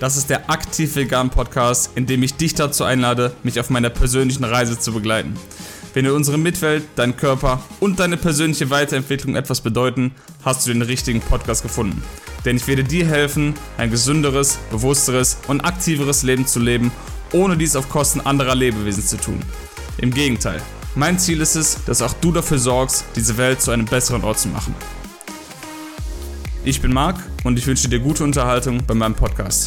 Das ist der Aktiv Vegan Podcast, in dem ich dich dazu einlade, mich auf meiner persönlichen Reise zu begleiten. Wenn dir unsere Mitwelt, dein Körper und deine persönliche Weiterentwicklung etwas bedeuten, hast du den richtigen Podcast gefunden. Denn ich werde dir helfen, ein gesünderes, bewussteres und aktiveres Leben zu leben, ohne dies auf Kosten anderer Lebewesen zu tun. Im Gegenteil, mein Ziel ist es, dass auch du dafür sorgst, diese Welt zu einem besseren Ort zu machen. Ich bin Marc und ich wünsche dir gute Unterhaltung bei meinem Podcast.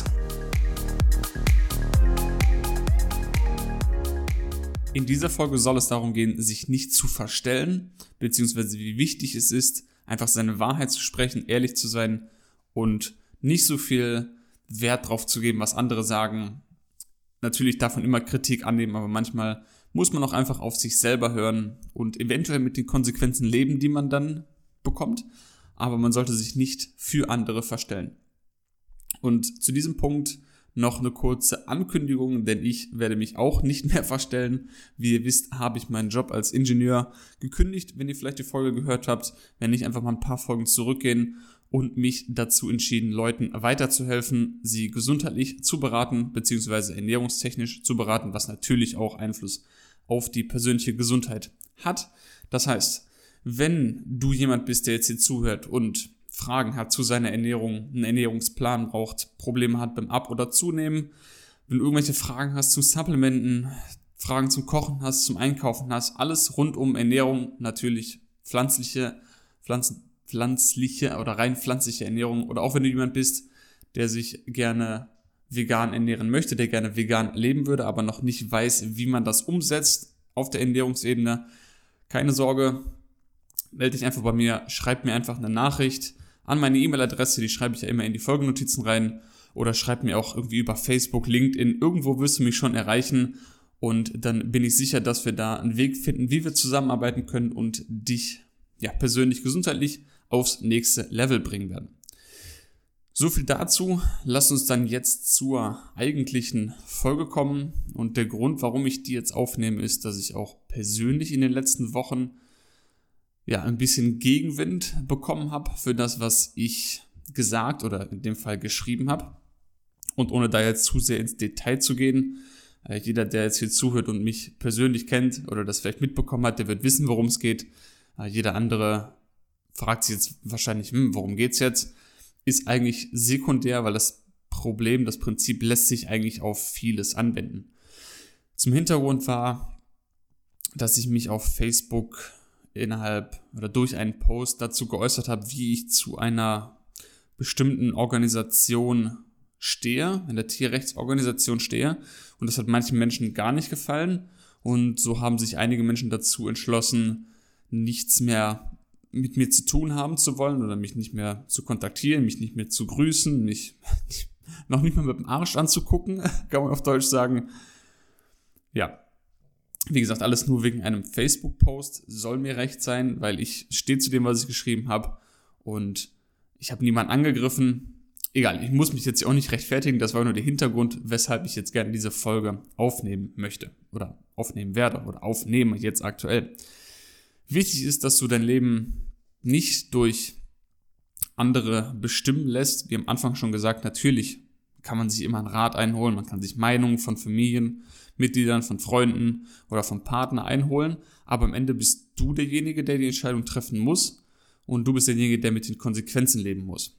In dieser Folge soll es darum gehen, sich nicht zu verstellen, beziehungsweise wie wichtig es ist, einfach seine Wahrheit zu sprechen, ehrlich zu sein und nicht so viel Wert drauf zu geben, was andere sagen. Natürlich darf man immer Kritik annehmen, aber manchmal muss man auch einfach auf sich selber hören und eventuell mit den Konsequenzen leben, die man dann bekommt. Aber man sollte sich nicht für andere verstellen. Und zu diesem Punkt noch eine kurze Ankündigung, denn ich werde mich auch nicht mehr verstellen. Wie ihr wisst, habe ich meinen Job als Ingenieur gekündigt, wenn ihr vielleicht die Folge gehört habt, wenn nicht einfach mal ein paar Folgen zurückgehen und mich dazu entschieden, Leuten weiterzuhelfen, sie gesundheitlich zu beraten, beziehungsweise ernährungstechnisch zu beraten, was natürlich auch Einfluss auf die persönliche Gesundheit hat. Das heißt, wenn du jemand bist, der jetzt hier zuhört und Fragen hat zu seiner Ernährung, einen Ernährungsplan braucht, Probleme hat beim Ab- oder Zunehmen, wenn du irgendwelche Fragen hast zu Supplementen, Fragen zum Kochen hast, zum Einkaufen hast, alles rund um Ernährung, natürlich pflanzliche oder rein pflanzliche Ernährung, oder auch wenn du jemand bist, der sich gerne vegan ernähren möchte, der gerne vegan leben würde, aber noch nicht weiß, wie man das umsetzt auf der Ernährungsebene, keine Sorge. Melde dich einfach bei mir, schreib mir einfach eine Nachricht an meine E-Mail-Adresse, die schreibe ich ja immer in die Folgennotizen rein, oder schreib mir auch irgendwie über Facebook, LinkedIn, irgendwo wirst du mich schon erreichen und dann bin ich sicher, dass wir da einen Weg finden, wie wir zusammenarbeiten können und dich persönlich gesundheitlich aufs nächste Level bringen werden. So viel dazu, lass uns dann jetzt zur eigentlichen Folge kommen und der Grund, warum ich die jetzt aufnehme, ist, dass ich auch persönlich in den letzten Wochen ein bisschen Gegenwind bekommen habe für das, was ich gesagt oder in dem Fall geschrieben habe. Und ohne da jetzt zu sehr ins Detail zu gehen, jeder, der jetzt hier zuhört und mich persönlich kennt oder das vielleicht mitbekommen hat, der wird wissen, worum es geht. Jeder andere fragt sich jetzt wahrscheinlich, worum geht's jetzt? Ist eigentlich sekundär, weil das Prinzip lässt sich eigentlich auf vieles anwenden. Zum Hintergrund war, dass ich mich auf Facebook durch einen Post dazu geäußert habe, wie ich zu einer bestimmten Organisation stehe, einer Tierrechtsorganisation stehe. Und das hat manchen Menschen gar nicht gefallen. Und so haben sich einige Menschen dazu entschlossen, nichts mehr mit mir zu tun haben zu wollen oder mich nicht mehr zu kontaktieren, mich nicht mehr zu grüßen, mich noch nicht mal mit dem Arsch anzugucken, kann man auf Deutsch sagen. Ja. Wie gesagt, alles nur wegen einem Facebook-Post, soll mir recht sein, weil ich stehe zu dem, was ich geschrieben habe und ich habe niemanden angegriffen. Egal, ich muss mich jetzt auch nicht rechtfertigen, das war nur der Hintergrund, weshalb ich jetzt gerne diese Folge aufnehmen möchte oder aufnehmen werde oder aufnehme jetzt aktuell. Wichtig ist, dass du dein Leben nicht durch andere bestimmen lässt. Wie am Anfang schon gesagt, natürlich kann man sich immer einen Rat einholen, man kann sich Meinungen von Familienmitgliedern, von Freunden oder vom Partner einholen, aber am Ende bist du derjenige, der die Entscheidung treffen muss und du bist derjenige, der mit den Konsequenzen leben muss.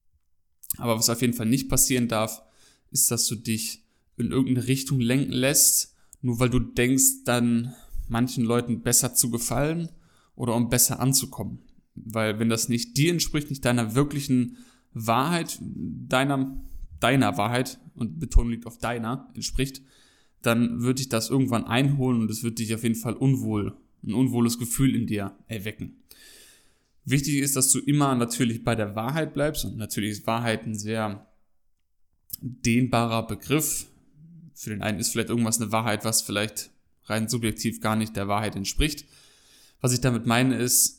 Aber was auf jeden Fall nicht passieren darf, ist, dass du dich in irgendeine Richtung lenken lässt, nur weil du denkst, dann manchen Leuten besser zu gefallen oder um besser anzukommen. Weil wenn das nicht dir entspricht, nicht deiner wirklichen Wahrheit, deiner Wahrheit, und Betonung liegt auf deiner, entspricht, dann wird dich das irgendwann einholen und es wird dich auf jeden Fall ein unwohles Gefühl in dir erwecken. Wichtig ist, dass du immer natürlich bei der Wahrheit bleibst und natürlich ist Wahrheit ein sehr dehnbarer Begriff. Für den einen ist vielleicht irgendwas eine Wahrheit, was vielleicht rein subjektiv gar nicht der Wahrheit entspricht. Was ich damit meine ist,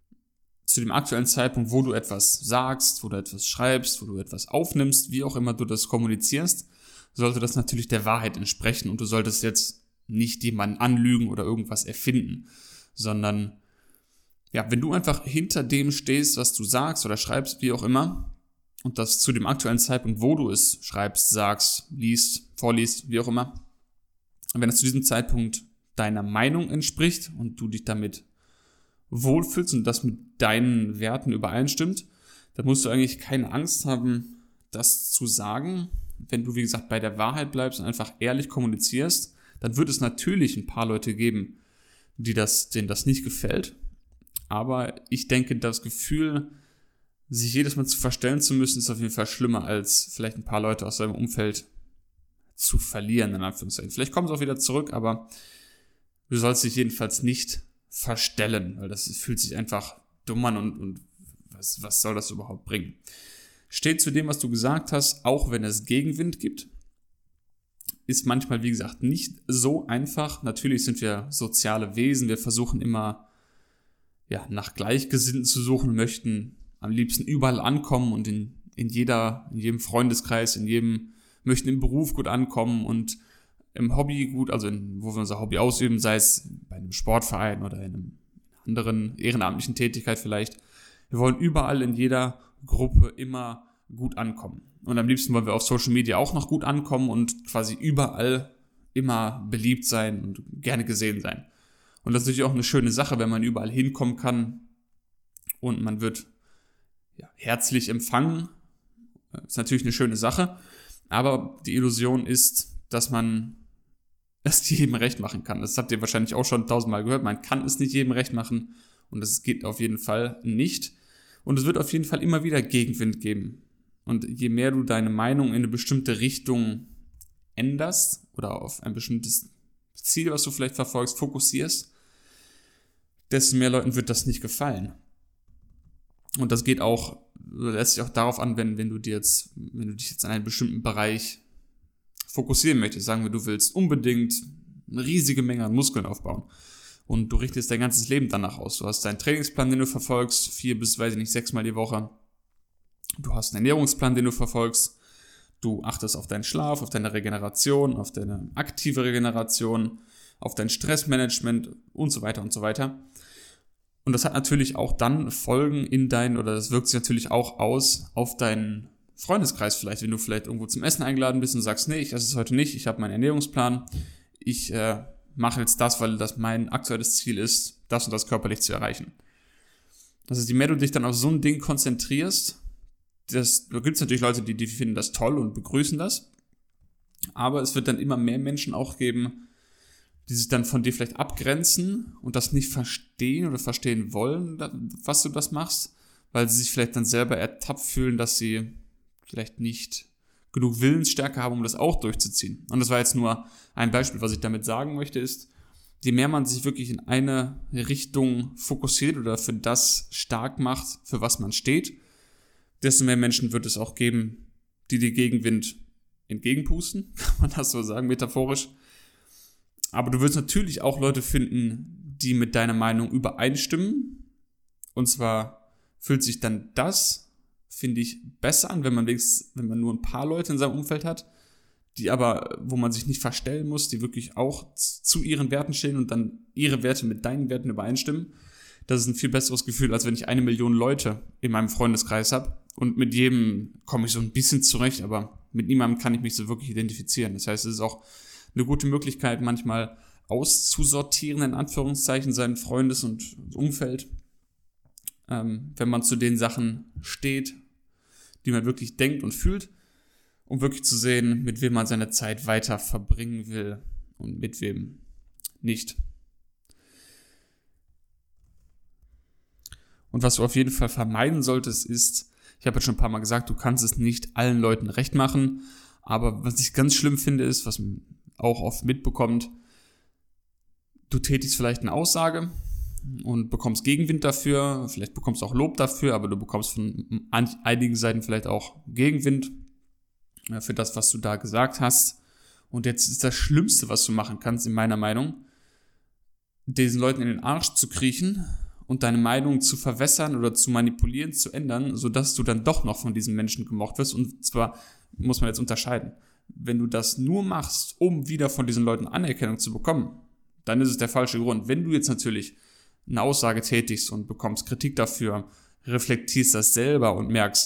zu dem aktuellen Zeitpunkt, wo du etwas sagst, wo du etwas schreibst, wo du etwas aufnimmst, wie auch immer du das kommunizierst, sollte das natürlich der Wahrheit entsprechen und du solltest jetzt nicht jemanden anlügen oder irgendwas erfinden, sondern wenn du einfach hinter dem stehst, was du sagst oder schreibst, wie auch immer, und das zu dem aktuellen Zeitpunkt, wo du es schreibst, sagst, liest, vorliest, wie auch immer, wenn es zu diesem Zeitpunkt deiner Meinung entspricht und du dich damit wohlfühlst und das mit deinen Werten übereinstimmt, dann musst du eigentlich keine Angst haben, das zu sagen. Wenn du, wie gesagt, bei der Wahrheit bleibst und einfach ehrlich kommunizierst, dann wird es natürlich ein paar Leute geben, denen das nicht gefällt. Aber ich denke, das Gefühl, sich jedes Mal zu verstellen zu müssen, ist auf jeden Fall schlimmer, als vielleicht ein paar Leute aus seinem Umfeld zu verlieren, in Anführungszeichen. Vielleicht kommen sie auch wieder zurück, aber du sollst dich jedenfalls nicht verstellen, weil das fühlt sich einfach dumm an und was soll das überhaupt bringen? Steh zu dem, was du gesagt hast, auch wenn es Gegenwind gibt. Ist manchmal, wie gesagt, nicht so einfach. Natürlich sind wir soziale Wesen, wir versuchen immer nach Gleichgesinnten zu suchen, möchten am liebsten überall ankommen und in jedem Freundeskreis, möchten im Beruf gut ankommen und im Hobby gut, also wo wir unser Hobby ausüben, sei es bei einem Sportverein oder in einer anderen ehrenamtlichen Tätigkeit vielleicht. Wir wollen überall in jeder Gruppe immer gut ankommen. Und am liebsten wollen wir auf Social Media auch noch gut ankommen und quasi überall immer beliebt sein und gerne gesehen sein. Und das ist natürlich auch eine schöne Sache, wenn man überall hinkommen kann und man wird herzlich empfangen. Das ist natürlich eine schöne Sache, aber die Illusion ist, dass man es jedem recht machen kann. Das habt ihr wahrscheinlich auch schon 1000-mal gehört. Man kann es nicht jedem recht machen und das geht auf jeden Fall nicht. Und es wird auf jeden Fall immer wieder Gegenwind geben. Und je mehr du deine Meinung in eine bestimmte Richtung änderst oder auf ein bestimmtes Ziel, was du vielleicht verfolgst, fokussierst, desto mehr Leuten wird das nicht gefallen. Und das lässt sich auch darauf an, wenn du dich jetzt an einen bestimmten Bereich fokussieren möchtest. Sagen wir, du willst unbedingt eine riesige Menge an Muskeln aufbauen. Und du richtest dein ganzes Leben danach aus. Du hast deinen Trainingsplan, den du verfolgst, 4 bis, 6-mal die Woche. Du hast einen Ernährungsplan, den du verfolgst. Du achtest auf deinen Schlaf, auf deine Regeneration, auf deine aktive Regeneration, auf dein Stressmanagement und so weiter und so weiter. Und das hat natürlich auch dann Folgen das wirkt sich natürlich auch aus auf deinen Freundeskreis vielleicht, wenn du vielleicht irgendwo zum Essen eingeladen bist und sagst, nee, ich esse es heute nicht, ich habe meinen Ernährungsplan, ich mache jetzt das, weil das mein aktuelles Ziel ist, das und das körperlich zu erreichen. Also je mehr du dich dann auf so ein Ding konzentrierst, da gibt es natürlich Leute, die finden das toll und begrüßen das, aber es wird dann immer mehr Menschen auch geben, die sich dann von dir vielleicht abgrenzen und das nicht verstehen oder verstehen wollen, was du das machst, weil sie sich vielleicht dann selber ertappt fühlen, dass sie vielleicht nicht genug Willensstärke haben, um das auch durchzuziehen. Und das war jetzt nur ein Beispiel. Was ich damit sagen möchte ist, je mehr man sich wirklich in eine Richtung fokussiert oder für das stark macht, für was man steht, desto mehr Menschen wird es auch geben, die dir Gegenwind entgegenpusten, kann man das so sagen, metaphorisch. Aber du wirst natürlich auch Leute finden, die mit deiner Meinung übereinstimmen. Und zwar fühlt sich dann das, finde ich, besser an, wenn man nur ein paar Leute in seinem Umfeld hat, wo man sich nicht verstellen muss, die wirklich auch zu ihren Werten stehen und dann ihre Werte mit deinen Werten übereinstimmen. Das ist ein viel besseres Gefühl, als wenn ich 1 Million Leute in meinem Freundeskreis habe und mit jedem komme ich so ein bisschen zurecht, aber mit niemandem kann ich mich so wirklich identifizieren. Das heißt, es ist auch eine gute Möglichkeit, manchmal auszusortieren, in Anführungszeichen, sein Freundes- und Umfeld, wenn man zu den Sachen steht, die man wirklich denkt und fühlt, um wirklich zu sehen, mit wem man seine Zeit weiter verbringen will und mit wem nicht. Und was du auf jeden Fall vermeiden solltest, ist, ich habe jetzt schon ein paar Mal gesagt, du kannst es nicht allen Leuten recht machen, aber was ich ganz schlimm finde, ist, was man auch oft mitbekommt, du tätigst vielleicht eine Aussage und bekommst Gegenwind dafür, vielleicht bekommst du auch Lob dafür, aber du bekommst von einigen Seiten vielleicht auch Gegenwind für das, was du da gesagt hast. Und jetzt ist das Schlimmste, was du machen kannst, in meiner Meinung, diesen Leuten in den Arsch zu kriechen und deine Meinung zu verwässern oder zu manipulieren, zu ändern, sodass du dann doch noch von diesen Menschen gemocht wirst. Und zwar muss man jetzt unterscheiden. Wenn du das nur machst, um wieder von diesen Leuten Anerkennung zu bekommen, dann ist es der falsche Grund. Wenn du jetzt natürlich eine Aussage tätigst und bekommst Kritik dafür, reflektierst das selber und merkst,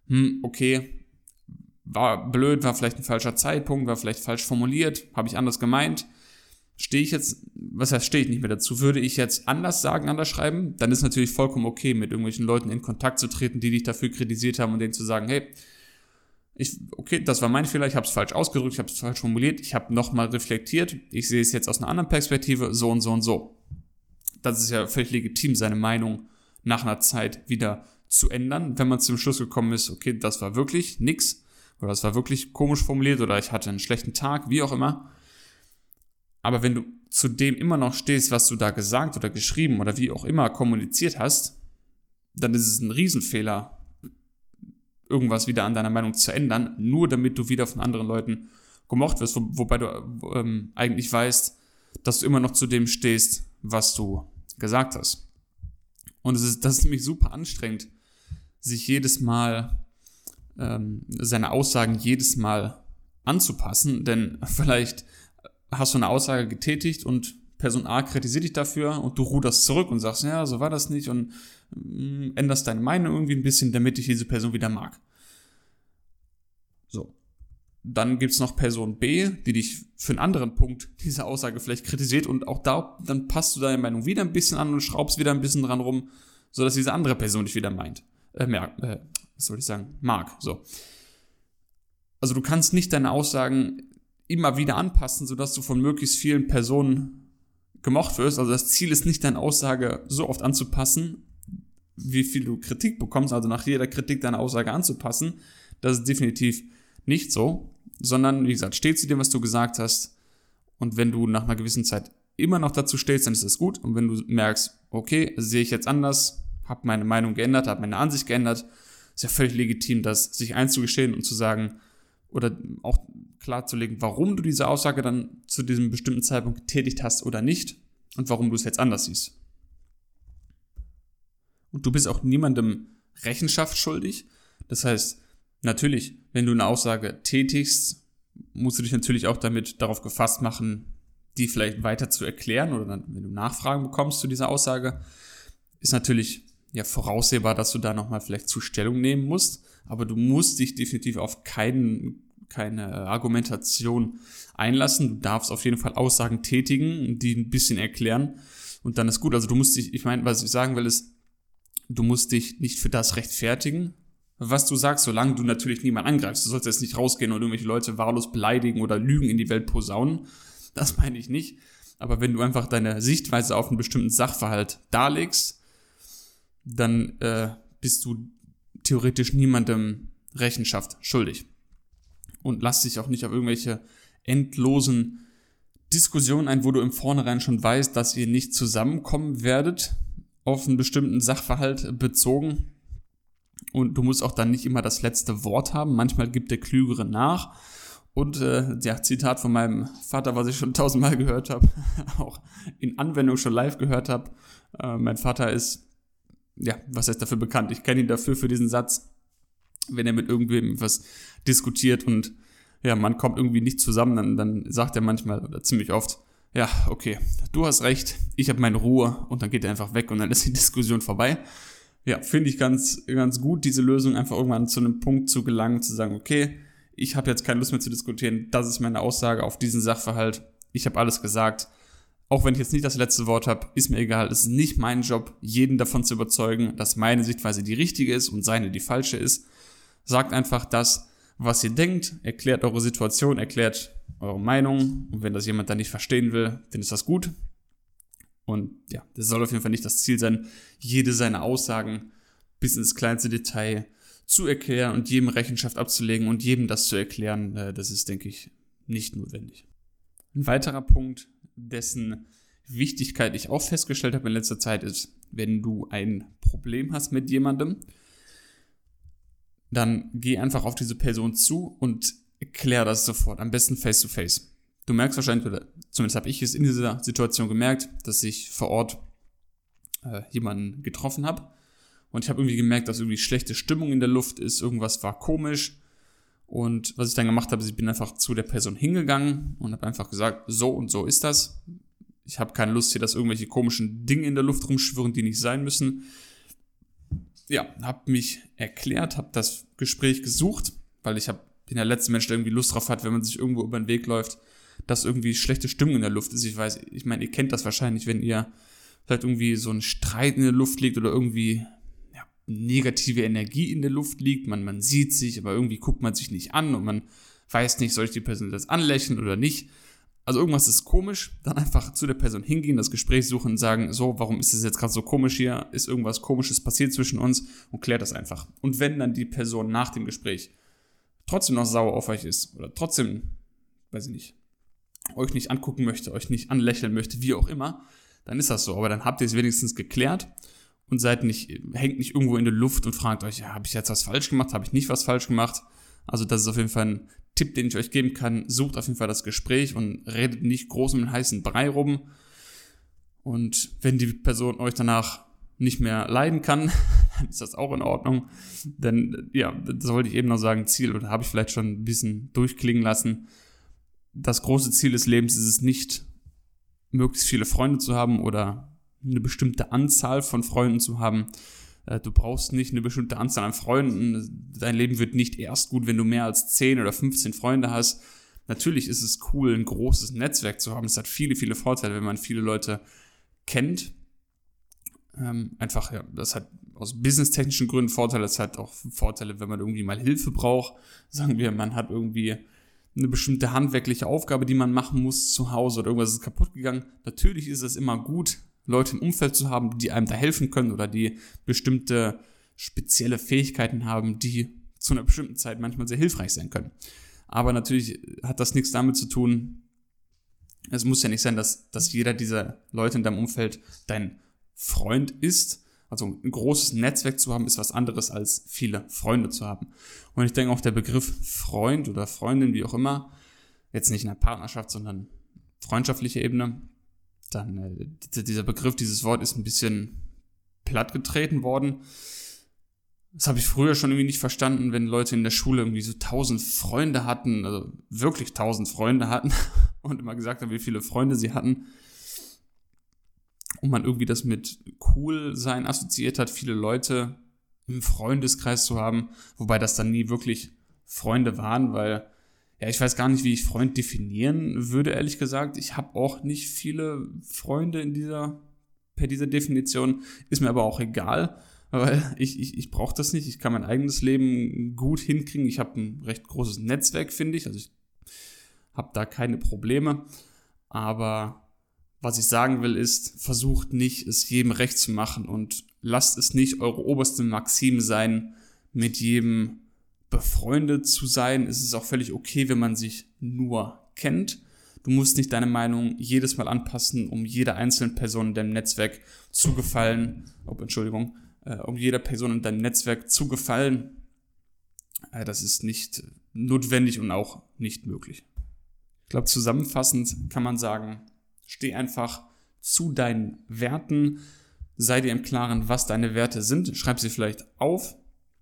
okay, war blöd, war vielleicht ein falscher Zeitpunkt, war vielleicht falsch formuliert, habe ich anders gemeint. Stehe ich jetzt, was heißt, stehe ich nicht mehr dazu? Würde ich jetzt anders sagen, anders schreiben? Dann ist natürlich vollkommen okay, mit irgendwelchen Leuten in Kontakt zu treten, die dich dafür kritisiert haben und denen zu sagen, hey, okay, das war mein Fehler, ich habe es falsch ausgedrückt, ich habe es falsch formuliert, ich habe nochmal reflektiert, ich sehe es jetzt aus einer anderen Perspektive, so und so und so. Das ist ja völlig legitim, seine Meinung nach einer Zeit wieder zu ändern, wenn man zum Schluss gekommen ist, okay, das war wirklich nix, oder das war wirklich komisch formuliert, oder ich hatte einen schlechten Tag, wie auch immer. Aber wenn du zu dem immer noch stehst, was du da gesagt oder geschrieben oder wie auch immer kommuniziert hast, dann ist es ein Riesenfehler, irgendwas wieder an deiner Meinung zu ändern, nur damit du wieder von anderen Leuten gemocht wirst, wobei du eigentlich weißt, dass du immer noch zu dem stehst, was du gesagt hast. Und das ist nämlich super anstrengend, sich jedes Mal, seine Aussagen jedes Mal anzupassen, denn vielleicht hast du eine Aussage getätigt und Person A kritisiert dich dafür und du ruderst zurück und sagst, ja, so war das nicht und änderst deine Meinung irgendwie ein bisschen, damit ich diese Person wieder mag. So. Dann gibt's noch Person B, die dich für einen anderen Punkt dieser Aussage vielleicht kritisiert und auch da, dann passt du deine Meinung wieder ein bisschen an und schraubst wieder ein bisschen dran rum, sodass diese andere Person dich wieder mag. So. Also du kannst nicht deine Aussagen immer wieder anpassen, sodass du von möglichst vielen Personen gemocht wirst. Also das Ziel ist nicht, deine Aussage so oft anzupassen, wie viel du Kritik bekommst, also nach jeder Kritik deine Aussage anzupassen. Das ist definitiv nicht so, sondern, wie gesagt, steh zu dem, was du gesagt hast, und wenn du nach einer gewissen Zeit immer noch dazu stehst, dann ist das gut, und wenn du merkst, okay, sehe ich jetzt anders, habe meine Meinung geändert, habe meine Ansicht geändert, ist ja völlig legitim, das sich einzugestehen und zu sagen, oder auch klarzulegen, warum du diese Aussage dann zu diesem bestimmten Zeitpunkt getätigt hast oder nicht und warum du es jetzt anders siehst. Und du bist auch niemandem Rechenschaft schuldig. Das heißt, natürlich, wenn du eine Aussage tätigst, musst du dich natürlich auch damit darauf gefasst machen, die vielleicht weiter zu erklären, oder dann, wenn du Nachfragen bekommst zu dieser Aussage, ist natürlich ja voraussehbar, dass du da nochmal vielleicht zu Stellung nehmen musst, aber du musst dich definitiv auf keine Argumentation einlassen. Du darfst auf jeden Fall Aussagen tätigen, die ein bisschen erklären, und dann ist gut. Also du musst dich, ich meine, was ich sagen will, ist, du musst dich nicht für das rechtfertigen, was du sagst, solange du natürlich niemanden angreifst. Du sollst jetzt nicht rausgehen und irgendwelche Leute wahllos beleidigen oder Lügen in die Welt posaunen. Das meine ich nicht. Aber wenn du einfach deine Sichtweise auf einen bestimmten Sachverhalt darlegst, dann bist du theoretisch niemandem Rechenschaft schuldig. Und lass dich auch nicht auf irgendwelche endlosen Diskussionen ein, wo du im Vornherein schon weißt, dass ihr nicht zusammenkommen werdet, auf einen bestimmten Sachverhalt bezogen. Und du musst auch dann nicht immer das letzte Wort haben. Manchmal gibt der Klügere nach. Und Zitat von meinem Vater, was ich schon 1000-mal gehört habe, auch in Anwendung schon live gehört habe. Mein Vater ist, was heißt dafür bekannt? Ich kenne ihn dafür für diesen Satz, wenn er mit irgendwem was diskutiert und man kommt irgendwie nicht zusammen, dann sagt er manchmal oder ziemlich oft, ja, okay, du hast recht, ich habe meine Ruhe, und dann geht er einfach weg und dann ist die Diskussion vorbei. Ja, finde ich ganz, ganz gut, diese Lösung, einfach irgendwann zu einem Punkt zu gelangen, zu sagen, okay, ich habe jetzt keine Lust mehr zu diskutieren, das ist meine Aussage auf diesen Sachverhalt, ich habe alles gesagt. Auch wenn ich jetzt nicht das letzte Wort habe, ist mir egal. Es ist nicht mein Job, jeden davon zu überzeugen, dass meine Sichtweise die richtige ist und seine die falsche ist. Sagt einfach das, was ihr denkt, erklärt eure Situation, erklärt eure Meinung. Und wenn das jemand dann nicht verstehen will, dann ist das gut. Und das soll auf jeden Fall nicht das Ziel sein, jede seiner Aussagen bis ins kleinste Detail zu erklären und jedem Rechenschaft abzulegen und jedem das zu erklären. Das ist, denke ich, nicht notwendig. Ein weiterer Punkt, dessen Wichtigkeit ich auch festgestellt habe in letzter Zeit, ist, wenn du ein Problem hast mit jemandem, dann geh einfach auf diese Person zu und erklär das sofort, am besten face to face. Du merkst wahrscheinlich, oder zumindest habe ich es in dieser Situation gemerkt, dass ich vor Ort jemanden getroffen habe, und ich habe irgendwie gemerkt, dass irgendwie schlechte Stimmung in der Luft ist, irgendwas war komisch. Und was ich dann gemacht habe, ist, ich bin einfach zu der Person hingegangen und habe einfach gesagt, so und so ist das. Ich habe keine Lust hier, dass irgendwelche komischen Dinge in der Luft rumschwirren, die nicht sein müssen. habe mich erklärt, habe das Gespräch gesucht, weil bin der letzte Mensch, der irgendwie Lust drauf hat, wenn man sich irgendwo über den Weg läuft, dass irgendwie schlechte Stimmung in der Luft ist. Ich meine, ihr kennt das wahrscheinlich, wenn ihr vielleicht irgendwie so ein Streit in der Luft liegt oder irgendwie negative Energie in der Luft liegt. Man sieht sich, aber irgendwie guckt man sich nicht an und man weiß nicht, soll ich die Person das anlächeln oder nicht. Also irgendwas ist komisch, dann einfach zu der Person hingehen, das Gespräch suchen und sagen, so, warum ist es jetzt gerade so komisch hier? Ist irgendwas Komisches passiert zwischen uns? Und klärt das einfach. Und wenn dann die Person nach dem Gespräch trotzdem noch sauer auf euch ist oder trotzdem, weiß ich nicht, euch nicht angucken möchte, euch nicht anlächeln möchte, wie auch immer, dann ist das so. Aber dann habt ihr es wenigstens geklärt und hängt nicht irgendwo in der Luft und fragt euch, habe ich jetzt was falsch gemacht, habe ich nicht was falsch gemacht? Also das ist auf jeden Fall ein Tipp, den ich euch geben kann. Sucht auf jeden Fall das Gespräch und redet nicht groß um den heißen Brei rum. Und wenn die Person euch danach nicht mehr leiden kann, dann ist das auch in Ordnung. Denn das wollte ich eben noch sagen, Ziel, oder habe ich vielleicht schon ein bisschen durchklingen lassen. Das große Ziel des Lebens ist es nicht, möglichst viele Freunde zu haben oder eine bestimmte Anzahl von Freunden zu haben. Du brauchst nicht eine bestimmte Anzahl an Freunden. Dein Leben wird nicht erst gut, wenn du mehr als 10 oder 15 Freunde hast. Natürlich ist es cool, ein großes Netzwerk zu haben. Es hat viele, viele Vorteile, wenn man viele Leute kennt. Das hat aus businesstechnischen Gründen Vorteile. Es hat auch Vorteile, wenn man irgendwie mal Hilfe braucht. Sagen wir, man hat irgendwie eine bestimmte handwerkliche Aufgabe, die man machen muss zu Hause oder irgendwas ist kaputt gegangen. Natürlich ist es immer gut, Leute im Umfeld zu haben, die einem da helfen können oder die bestimmte spezielle Fähigkeiten haben, die zu einer bestimmten Zeit manchmal sehr hilfreich sein können. Aber natürlich hat das nichts damit zu tun, es muss ja nicht sein, dass jeder dieser Leute in deinem Umfeld dein Freund ist. Also ein großes Netzwerk zu haben, ist was anderes als viele Freunde zu haben. Und ich denke auch der Begriff Freund oder Freundin, wie auch immer, jetzt nicht in einer Partnerschaft, sondern freundschaftlicher Ebene, dann dieser Begriff, dieses Wort ist ein bisschen plattgetreten worden. Das habe ich früher schon irgendwie nicht verstanden, wenn Leute in der Schule irgendwie so 1000 Freunde hatten, also wirklich 1000 Freunde hatten und immer gesagt haben, wie viele Freunde sie hatten. Und man irgendwie das mit cool sein assoziiert hat, viele Leute im Freundeskreis zu haben, wobei das dann nie wirklich Freunde waren, weil ich weiß gar nicht, wie ich Freund definieren würde, ehrlich gesagt. Ich habe auch nicht viele Freunde per dieser Definition, ist mir aber auch egal, weil ich brauche das nicht. Ich kann mein eigenes Leben gut hinkriegen. Ich habe ein recht großes Netzwerk, finde ich. Also ich habe da keine Probleme. Aber was ich sagen will ist, versucht nicht, es jedem recht zu machen und lasst es nicht eure oberste Maxime sein, mit jedem befreundet zu sein. Es ist auch völlig okay, wenn man sich nur kennt. Du musst nicht deine Meinung jedes Mal anpassen, um jeder einzelnen Person in deinem Netzwerk zu gefallen. Um jeder Person in deinem Netzwerk zu gefallen. Das ist nicht notwendig und auch nicht möglich. Ich glaube, zusammenfassend kann man sagen, steh einfach zu deinen Werten, sei dir im Klaren, was deine Werte sind, schreib sie vielleicht auf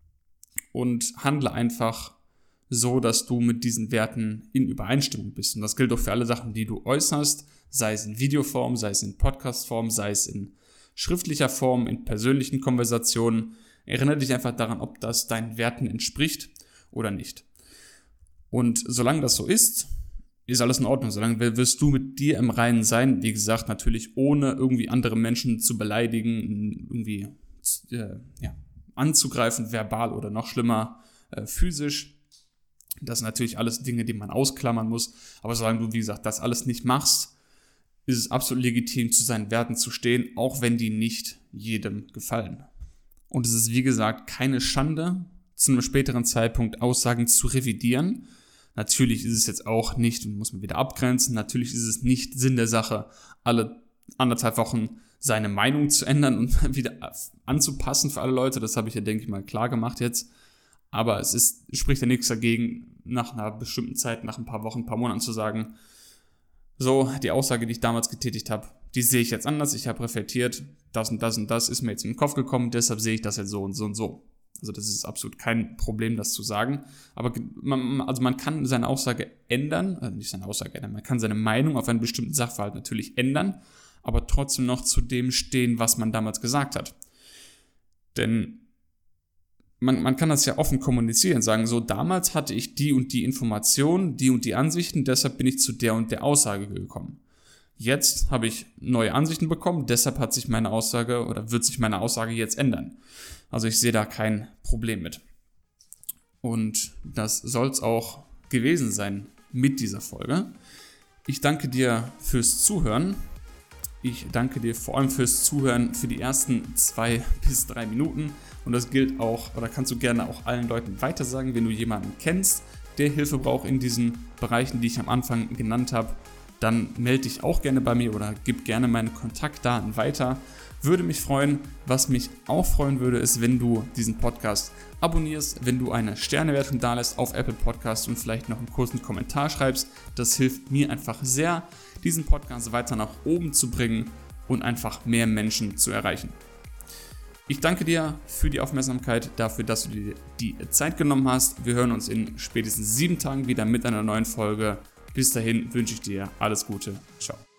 und handle einfach so, dass du mit diesen Werten in Übereinstimmung bist. Und das gilt auch für alle Sachen, die du äußerst, sei es in Videoform, sei es in Podcastform, sei es in schriftlicher Form, in persönlichen Konversationen. Erinnere dich einfach daran, ob das deinen Werten entspricht oder nicht. Und solange das so ist alles in Ordnung. Solange wirst du mit dir im Reinen sein. Wie gesagt, natürlich ohne irgendwie andere Menschen zu beleidigen, irgendwie anzugreifen, verbal oder noch schlimmer, physisch. Das sind natürlich alles Dinge, die man ausklammern muss. Aber solange du, wie gesagt, das alles nicht machst, ist es absolut legitim, zu seinen Werten zu stehen, auch wenn die nicht jedem gefallen. Und es ist, wie gesagt, keine Schande, zu einem späteren Zeitpunkt Aussagen zu revidieren. Natürlich ist es jetzt auch nicht, muss man wieder abgrenzen, natürlich ist es nicht Sinn der Sache, alle 1,5 Wochen seine Meinung zu ändern und wieder anzupassen für alle Leute. Das habe ich ja, denke ich mal, klar gemacht jetzt. Aber es spricht ja nichts dagegen, nach einer bestimmten Zeit, nach ein paar Wochen, ein paar Monaten zu sagen, so, die Aussage, die ich damals getätigt habe, die sehe ich jetzt anders, ich habe reflektiert, das und das und das ist mir jetzt in den Kopf gekommen, deshalb sehe ich das jetzt so und so und so. Also das ist absolut kein Problem, das zu sagen. Aber man kann seine Aussage ändern, nicht seine Aussage ändern, man kann seine Meinung auf einen bestimmten Sachverhalt natürlich ändern, aber trotzdem noch zu dem stehen, was man damals gesagt hat. Denn man kann das ja offen kommunizieren, sagen so, damals hatte ich die und die Informationen, die und die Ansichten, deshalb bin ich zu der und der Aussage gekommen. Jetzt habe ich neue Ansichten bekommen, deshalb hat sich meine Aussage oder wird sich meine Aussage jetzt ändern. Also ich sehe da kein Problem mit. Und das soll es auch gewesen sein mit dieser Folge. Ich danke dir fürs Zuhören. Ich danke dir vor allem fürs Zuhören für die ersten 2 bis 3 Minuten. Und das gilt auch, oder kannst du gerne auch allen Leuten weitersagen, wenn du jemanden kennst, der Hilfe braucht in diesen Bereichen, die ich am Anfang genannt habe. Dann melde dich auch gerne bei mir oder gib gerne meine Kontaktdaten weiter. Würde mich freuen. Was mich auch freuen würde, ist, wenn du diesen Podcast abonnierst, wenn du eine Sternewertung dalässt auf Apple Podcasts und vielleicht noch einen kurzen Kommentar schreibst. Das hilft mir einfach sehr, diesen Podcast weiter nach oben zu bringen und einfach mehr Menschen zu erreichen. Ich danke dir für die Aufmerksamkeit, dafür, dass du dir die Zeit genommen hast. Wir hören uns in spätestens 7 Tagen wieder mit einer neuen Folge. Bis dahin wünsche ich dir alles Gute. Ciao.